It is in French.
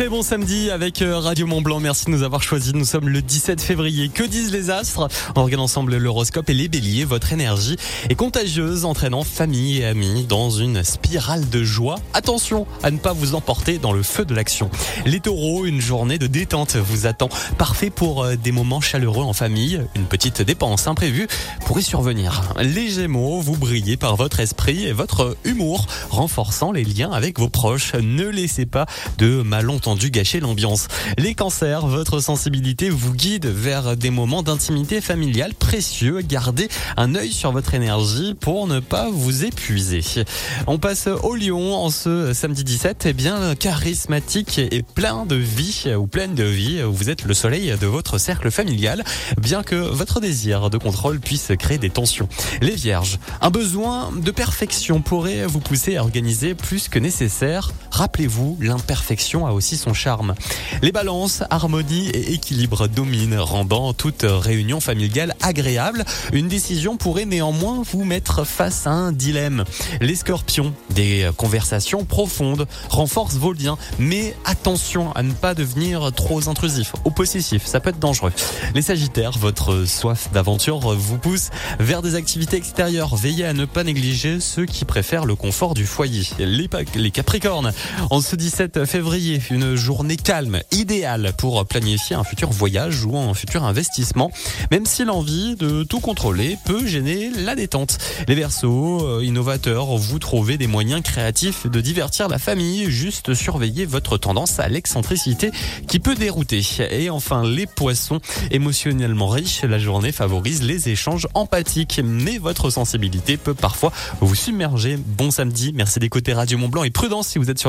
Très bon samedi avec Radio Mont-Blanc. Merci de nous avoir choisis. Nous sommes le 17 février. Que disent les astres? On regarde ensemble l'horoscope et les béliers. Votre énergie est contagieuse, entraînant famille et amis dans une spirale de joie. Attention à ne pas vous emporter dans le feu de l'action. Les taureaux, une journée de détente vous attend. Parfait pour des moments chaleureux en famille. Une petite dépense imprévue pourrait survenir. Les gémeaux, vous brillez par votre esprit et votre humour, renforçant les liens avec vos proches. Ne laissez pas de malentendus gâcher l'ambiance. Les cancers, votre sensibilité vous guide vers des moments d'intimité familiale précieux. Gardez un œil sur votre énergie pour ne pas vous épuiser. On passe au lion en ce samedi 17. Eh bien, charismatique et plein de vie ou pleine de vie, vous êtes le soleil de votre cercle familial, bien que votre désir de contrôle puisse créer des tensions. Les vierges, un besoin de perfection pourrait vous pousser à organiser plus que nécessaire. Rappelez-vous, l'imperfection a aussi son charme. Les balances, harmonie et équilibre dominent, rendant toute réunion familiale agréable. Une décision pourrait néanmoins vous mettre face à un dilemme. Les scorpions, des conversations profondes renforcent vos liens, mais attention à ne pas devenir trop intrusif ou possessif, ça peut être dangereux. Les sagittaires, votre soif d'aventure vous pousse vers des activités extérieures. Veillez à ne pas négliger ceux qui préfèrent le confort du foyer. Les capricornes, en ce 17 février, une journée calme, idéale pour planifier un futur voyage ou un futur investissement, même si l'envie de tout contrôler peut gêner la détente. Les Verseaux, innovateurs, vous trouvez des moyens créatifs de divertir la famille, juste surveillez votre tendance à l'excentricité qui peut dérouter. Et enfin, les Poissons, émotionnellement riches, la journée favorise les échanges empathiques, mais votre sensibilité peut parfois vous submerger. Bon samedi, merci d'écouter Radio Mont-Blanc et prudence si vous êtes sur